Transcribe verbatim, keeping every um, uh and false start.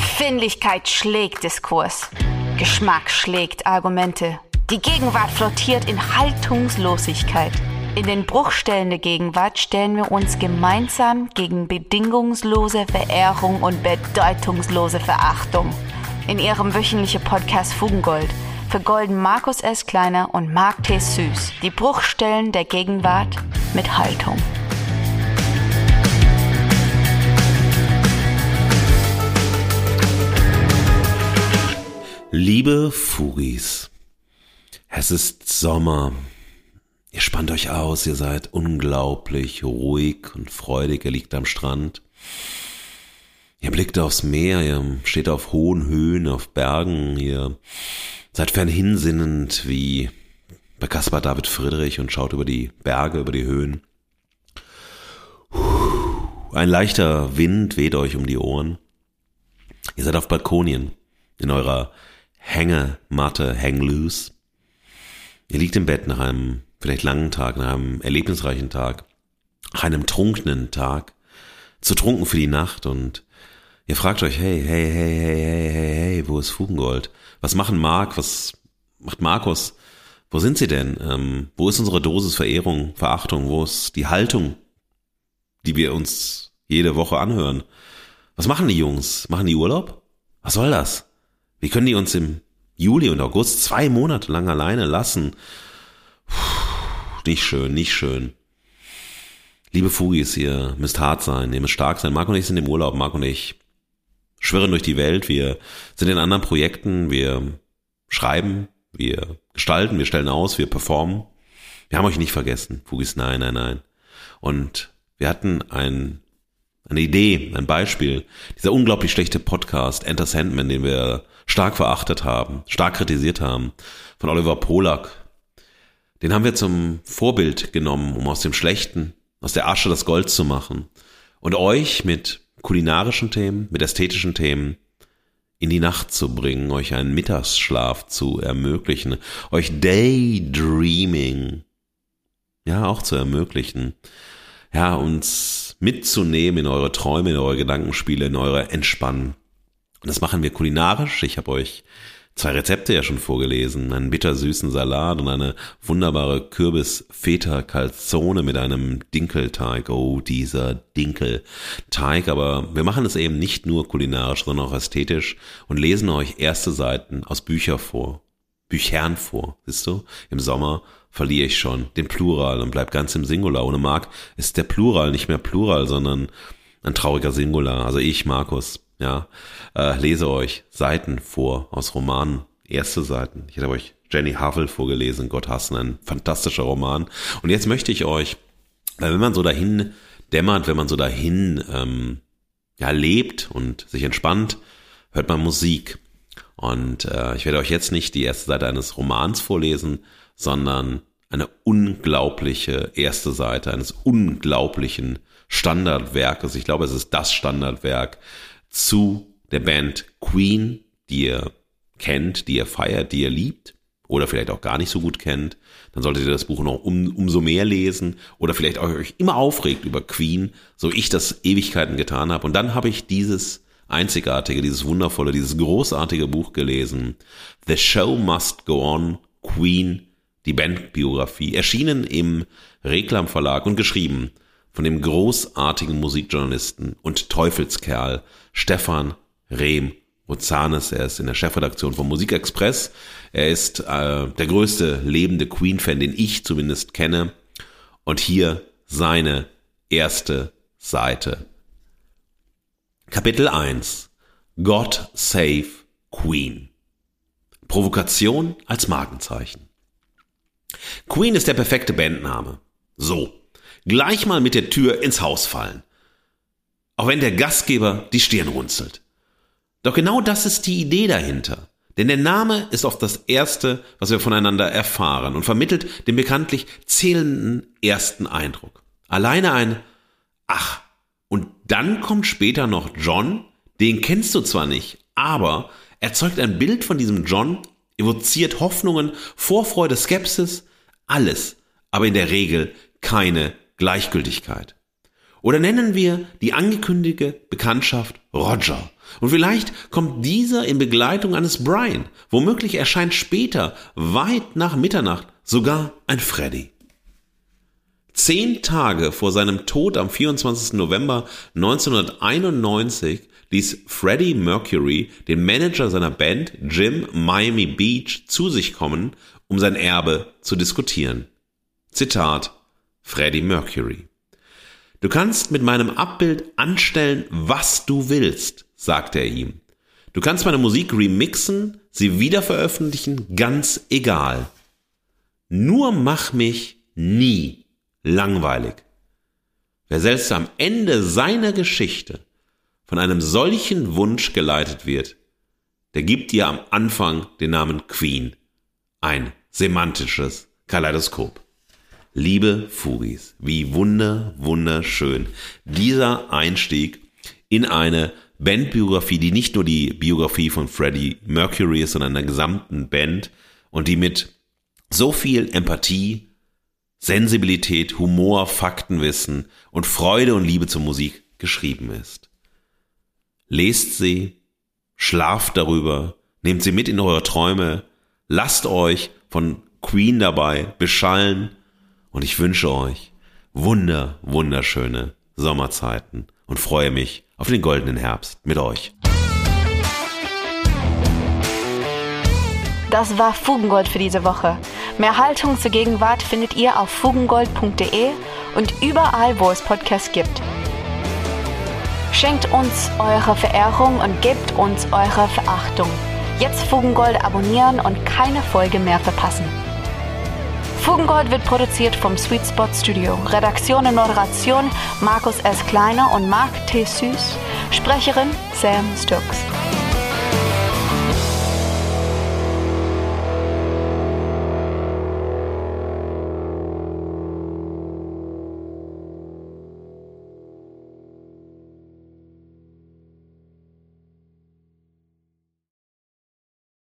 Erfindlichkeit schlägt Diskurs. Geschmack schlägt Argumente. Die Gegenwart flottiert in Haltungslosigkeit. In den Bruchstellen der Gegenwart stellen wir uns gemeinsam gegen bedingungslose Verehrung und bedeutungslose Verachtung. In ihrem wöchentlichen Podcast Fugengold vergolden Markus S. Kleiner und Mark T. Süß die Bruchstellen der Gegenwart mit Haltung. Liebe Fugis, es ist Sommer. Ihr spannt euch aus, ihr seid unglaublich ruhig und freudig, ihr liegt am Strand. Ihr blickt aufs Meer, ihr steht auf hohen Höhen, auf Bergen, ihr seid fernhinsinnend wie bei Caspar David Friedrich und schaut über die Berge, über die Höhen. Ein leichter Wind weht euch um die Ohren. Ihr seid auf Balkonien, in eurer Hängematte, hang loose. Ihr liegt im Bett nach einem vielleicht langen Tag, nach einem erlebnisreichen Tag, nach einem trunkenen Tag, zu trunken für die Nacht und ihr fragt euch, hey, hey, hey, hey, hey, hey, hey, wo ist Fugengold? Was machen Mark, was macht Markus? Wo sind sie denn? Ähm, wo ist unsere Dosis Verehrung, Verachtung? Wo ist die Haltung, die wir uns jede Woche anhören? Was machen die Jungs? Machen die Urlaub? Was soll das? Wie können die uns im Juli und August zwei Monate lang alleine lassen? Puh, nicht schön, nicht schön. Liebe Fugis, ihr müsst hart sein, ihr müsst stark sein. Marc und ich sind im Urlaub, Marc und ich schwirren durch die Welt, wir sind in anderen Projekten, wir schreiben, wir gestalten, wir stellen aus, wir performen. Wir haben euch nicht vergessen, Fugis, nein, nein, nein. Und wir hatten ein, eine Idee, ein Beispiel, dieser unglaublich schlechte Podcast, Enter Sandman, den wir stark verachtet haben, stark kritisiert haben, von Oliver Polak. Den haben wir zum Vorbild genommen, um aus dem Schlechten, aus der Asche das Gold zu machen und euch mit kulinarischen Themen, mit ästhetischen Themen in die Nacht zu bringen, euch einen Mittagsschlaf zu ermöglichen, euch Daydreaming, ja, auch zu ermöglichen, ja, uns mitzunehmen in eure Träume, in eure Gedankenspiele, in eure Entspannen. Und das machen wir kulinarisch. Ich habe euch zwei Rezepte ja schon vorgelesen, einen bittersüßen Salat und eine wunderbare Kürbis-Feta-Calzone mit einem Dinkelteig. Oh, dieser Dinkelteig. Aber wir machen es eben nicht nur kulinarisch, sondern auch ästhetisch und lesen euch erste Seiten aus Büchern vor. Büchern vor, siehst du? Im Sommer verliere ich schon den Plural und bleib ganz im Singular. Ohne Marc ist der Plural nicht mehr Plural, sondern ein trauriger Singular. Also ich, Markus, ja, äh, lese euch Seiten vor aus Romanen, erste Seiten. Ich habe euch Jenny Havel vorgelesen, Gott hassen, ein fantastischer Roman. Und jetzt möchte ich euch, weil wenn man so dahin dämmert, wenn man so dahin ähm, ja lebt und sich entspannt, hört man Musik. Und äh, ich werde euch jetzt nicht die erste Seite eines Romans vorlesen, sondern eine unglaubliche erste Seite eines unglaublichen Standardwerkes. Ich glaube, es ist das Standardwerk zu der Band Queen, die ihr kennt, die ihr feiert, die ihr liebt oder vielleicht auch gar nicht so gut kennt. Dann solltet ihr das Buch noch um, umso mehr lesen oder vielleicht auch euch immer aufregt über Queen, so ich das Ewigkeiten getan habe. Und dann habe ich dieses einzigartige, dieses wundervolle, dieses großartige Buch gelesen. The Show Must Go On, Queen, die Bandbiografie, erschienen im Reklam Verlag und geschrieben von dem großartigen Musikjournalisten und Teufelskerl Stefan Rehm-Rozanes. Er ist in der Chefredaktion von Musikexpress. Er ist äh, der größte lebende Queen-Fan, den ich zumindest kenne. Und hier seine erste Seite. Kapitel eins. God Save Queen. Provokation als Markenzeichen. Queen ist der perfekte Bandname. So. Gleich mal mit der Tür ins Haus fallen. Auch wenn der Gastgeber die Stirn runzelt. Doch genau das ist die Idee dahinter. Denn der Name ist oft das Erste, was wir voneinander erfahren und vermittelt den bekanntlich zählenden ersten Eindruck. Alleine ein Ach, und dann kommt später noch John, den kennst du zwar nicht, aber erzeugt ein Bild von diesem John, evoziert Hoffnungen, Vorfreude, Skepsis, alles, aber in der Regel keine Gleichgültigkeit. Oder nennen wir die angekündigte Bekanntschaft Roger. Und vielleicht kommt dieser in Begleitung eines Brian. Womöglich erscheint später, weit nach Mitternacht, sogar ein Freddy. Zehn Tage vor seinem Tod am vierundzwanzigsten November neunzehnhunderteinundneunzig ließ Freddie Mercury den Manager seiner Band Jim Miami Beach zu sich kommen, um sein Erbe zu diskutieren. Zitat Freddie Mercury: Du kannst mit meinem Abbild anstellen, was du willst, sagte er ihm. Du kannst meine Musik remixen, sie wiederveröffentlichen, ganz egal. Nur mach mich nie langweilig. Wer selbst am Ende seiner Geschichte von einem solchen Wunsch geleitet wird, der gibt dir am Anfang den Namen Queen. Ein semantisches Kaleidoskop. Liebe Fugis, wie wunder, wunderschön dieser Einstieg in eine Bandbiografie, die nicht nur die Biografie von Freddie Mercury ist, sondern der gesamten Band und die mit so viel Empathie, Sensibilität, Humor, Faktenwissen und Freude und Liebe zur Musik geschrieben ist. Lest sie, schlaft darüber, nehmt sie mit in eure Träume, lasst euch von Queen dabei beschallen und ich wünsche euch wunder, wunderschöne Sommerzeiten und freue mich auf den goldenen Herbst mit euch. Das war Fugengold für diese Woche. Mehr Haltung zur Gegenwart findet ihr auf fugengold punkt de und überall, wo es Podcasts gibt. Schenkt uns eure Verehrung und gebt uns eure Verachtung. Jetzt Fugengold abonnieren und keine Folge mehr verpassen. Fugengold wird produziert vom Sweet Spot Studio. Redaktion und Moderation Markus S. Kleiner und Marc T. Süß. Sprecherin Sam Stokes.